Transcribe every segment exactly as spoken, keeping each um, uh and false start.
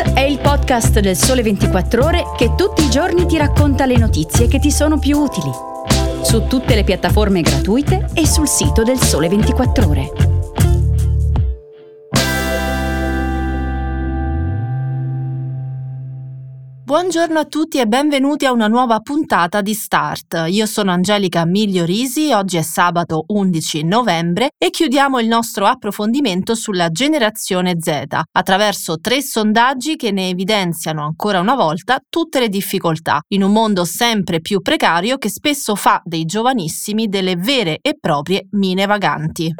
Start è il podcast del Sole ventiquattro Ore che tutti i giorni ti racconta le notizie che ti sono più utili. Su tutte le piattaforme gratuite e sul sito del Sole ventiquattro Ore. Buongiorno a tutti e benvenuti a una nuova puntata di Start. Io sono Angelica Migliorisi, oggi è sabato undici novembre e chiudiamo il nostro approfondimento sulla generazione Z attraverso tre sondaggi che ne evidenziano ancora una volta tutte le difficoltà in un mondo sempre più precario che spesso fa dei giovanissimi delle vere e proprie mine vaganti.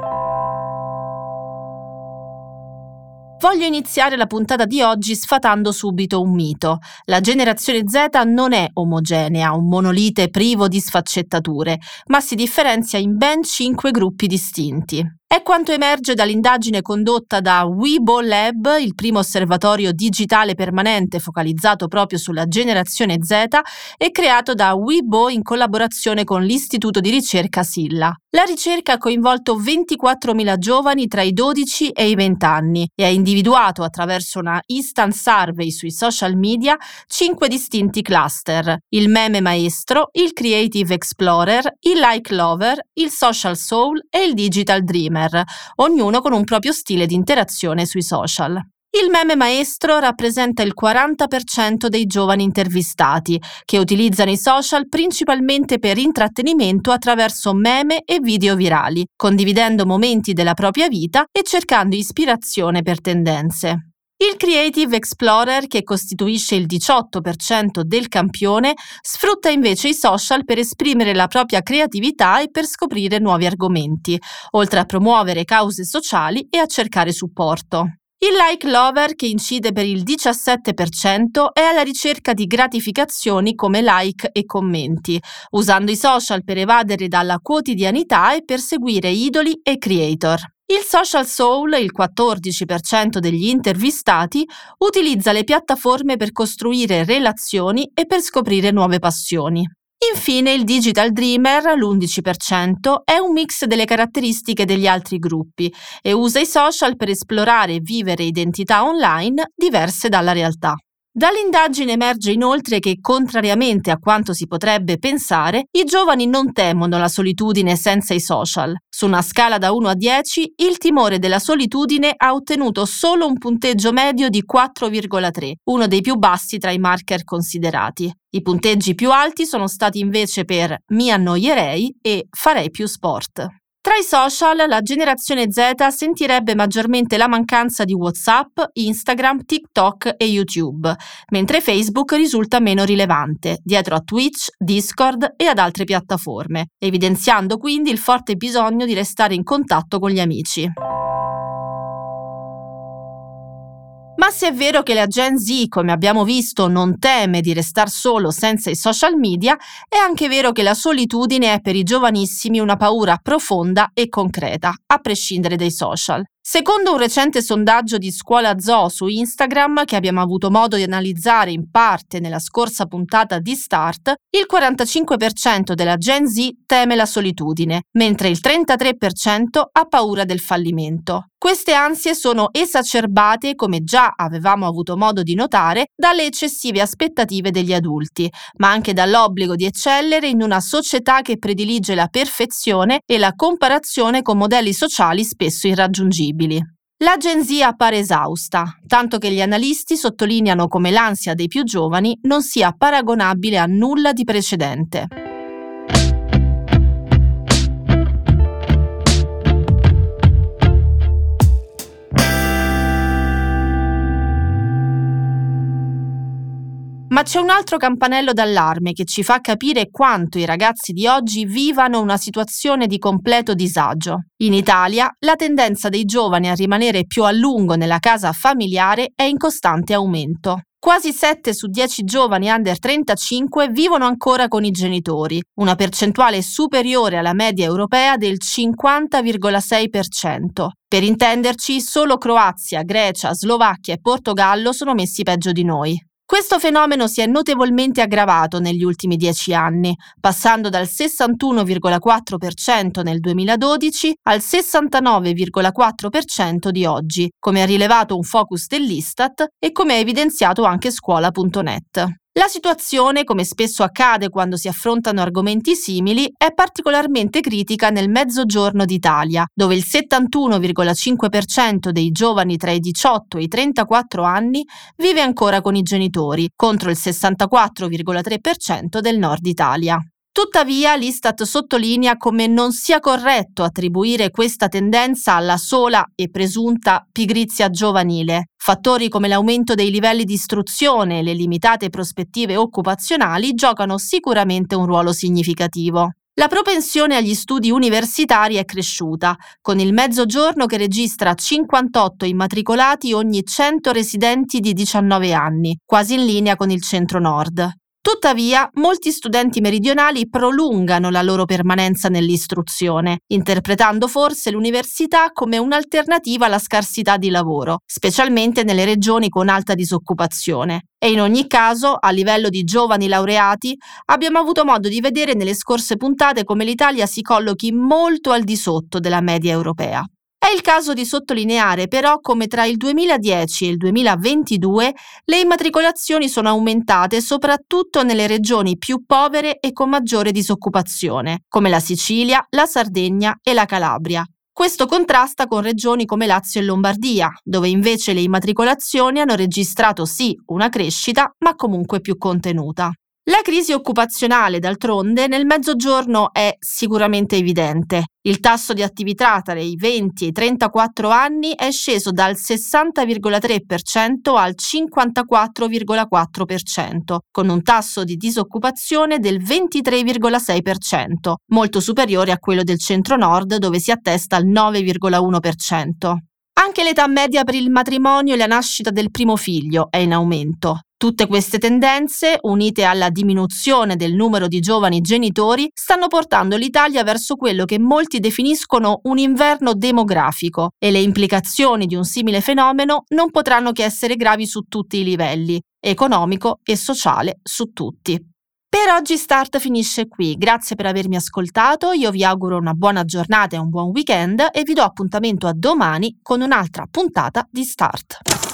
Voglio iniziare la puntata di oggi sfatando subito un mito. La generazione Z non è omogenea, un monolite privo di sfaccettature, ma si differenzia in ben cinque gruppi distinti. È quanto emerge dall'indagine condotta da Weibo Lab, il primo osservatorio digitale permanente focalizzato proprio sulla generazione Z e creato da Weibo in collaborazione con l'istituto di ricerca Silla. La ricerca ha coinvolto ventiquattromila giovani tra i dodici e i venti anni e ha individuato attraverso una instant survey sui social media cinque distinti cluster: il meme maestro, il creative explorer, il like lover, il social soul e il digital dreamer, ognuno con un proprio stile di interazione sui social. Il meme maestro rappresenta il quaranta per cento dei giovani intervistati, che utilizzano i social principalmente per intrattenimento attraverso meme e video virali, condividendo momenti della propria vita e cercando ispirazione per tendenze. Il Creative Explorer, che costituisce il diciotto per cento del campione, sfrutta invece i social per esprimere la propria creatività e per scoprire nuovi argomenti, oltre a promuovere cause sociali e a cercare supporto. Il like lover, che incide per il diciassette per cento, è alla ricerca di gratificazioni come like e commenti, usando i social per evadere dalla quotidianità e per seguire idoli e creator. Il social soul, il quattordici per cento degli intervistati, utilizza le piattaforme per costruire relazioni e per scoprire nuove passioni. Infine, il digital dreamer, l'undici per cento, è un mix delle caratteristiche degli altri gruppi e usa i social per esplorare e vivere identità online diverse dalla realtà. Dall'indagine emerge inoltre che, contrariamente a quanto si potrebbe pensare, i giovani non temono la solitudine senza i social. Su una scala da uno a dieci, il timore della solitudine ha ottenuto solo un punteggio medio di quattro virgola tre, uno dei più bassi tra i marker considerati. I punteggi più alti sono stati invece per mi annoierei e farei più sport. Tra i social, la generazione Z sentirebbe maggiormente la mancanza di WhatsApp, Instagram, TikTok e YouTube, mentre Facebook risulta meno rilevante, dietro a Twitch, Discord e ad altre piattaforme, evidenziando quindi il forte bisogno di restare in contatto con gli amici. Ma se è vero che la Gen Z, come abbiamo visto, non teme di restar solo senza i social media, è anche vero che la solitudine è per i giovanissimi una paura profonda e concreta, a prescindere dai social. Secondo un recente sondaggio di Scuola Zoo su Instagram, che abbiamo avuto modo di analizzare in parte nella scorsa puntata di Start, il quarantacinque per cento della Gen Z teme la solitudine, mentre il trentatré per cento ha paura del fallimento. Queste ansie sono esacerbate, come già avevamo avuto modo di notare, dalle eccessive aspettative degli adulti, ma anche dall'obbligo di eccellere in una società che predilige la perfezione e la comparazione con modelli sociali spesso irraggiungibili. La Gen Z appare esausta, tanto che gli analisti sottolineano come l'ansia dei più giovani non sia paragonabile a nulla di precedente. Ma c'è un altro campanello d'allarme che ci fa capire quanto i ragazzi di oggi vivano una situazione di completo disagio. In Italia, la tendenza dei giovani a rimanere più a lungo nella casa familiare è in costante aumento. Quasi sette su dieci giovani under trentacinque vivono ancora con i genitori, una percentuale superiore alla media europea del cinquanta virgola sei per cento. Per intenderci, solo Croazia, Grecia, Slovacchia e Portogallo sono messi peggio di noi. Questo fenomeno si è notevolmente aggravato negli ultimi dieci anni, passando dal sessantuno virgola quattro per cento nel duemiladodici al sessantanove virgola quattro per cento di oggi, come ha rilevato un focus dell'Istat e come ha evidenziato anche scuola punto net. La situazione, come spesso accade quando si affrontano argomenti simili, è particolarmente critica nel Mezzogiorno d'Italia, dove il settantuno virgola cinque per cento dei giovani tra i diciotto e i trentaquattro anni vive ancora con i genitori, contro il sessantaquattro virgola tre per cento del Nord Italia. Tuttavia, l'Istat sottolinea come non sia corretto attribuire questa tendenza alla sola e presunta pigrizia giovanile. Fattori come l'aumento dei livelli di istruzione e le limitate prospettive occupazionali giocano sicuramente un ruolo significativo. La propensione agli studi universitari è cresciuta, con il Mezzogiorno che registra cinquantotto immatricolati ogni cento residenti di diciannove anni, quasi in linea con il Centro-Nord. Tuttavia, molti studenti meridionali prolungano la loro permanenza nell'istruzione, interpretando forse l'università come un'alternativa alla scarsità di lavoro, specialmente nelle regioni con alta disoccupazione. E in ogni caso, a livello di giovani laureati, abbiamo avuto modo di vedere nelle scorse puntate come l'Italia si collochi molto al di sotto della media europea. È il caso di sottolineare però come tra il duemiladieci e il duemilaventidue le immatricolazioni sono aumentate soprattutto nelle regioni più povere e con maggiore disoccupazione, come la Sicilia, la Sardegna e la Calabria. Questo contrasta con regioni come Lazio e Lombardia, dove invece le immatricolazioni hanno registrato sì una crescita, ma comunque più contenuta. La crisi occupazionale, d'altronde, nel Mezzogiorno è sicuramente evidente. Il tasso di attività tra i venti e i trentaquattro anni è sceso dal sessanta virgola tre per cento al cinquantaquattro virgola quattro per cento, con un tasso di disoccupazione del ventitré virgola sei per cento, molto superiore a quello del Centro-Nord dove si attesta al nove virgola uno per cento. Anche l'età media per il matrimonio e la nascita del primo figlio è in aumento. Tutte queste tendenze, unite alla diminuzione del numero di giovani genitori, stanno portando l'Italia verso quello che molti definiscono un inverno demografico e le implicazioni di un simile fenomeno non potranno che essere gravi su tutti i livelli, economico e sociale su tutti. Per oggi Start finisce qui, grazie per avermi ascoltato, io vi auguro una buona giornata e un buon weekend e vi do appuntamento a domani con un'altra puntata di Start.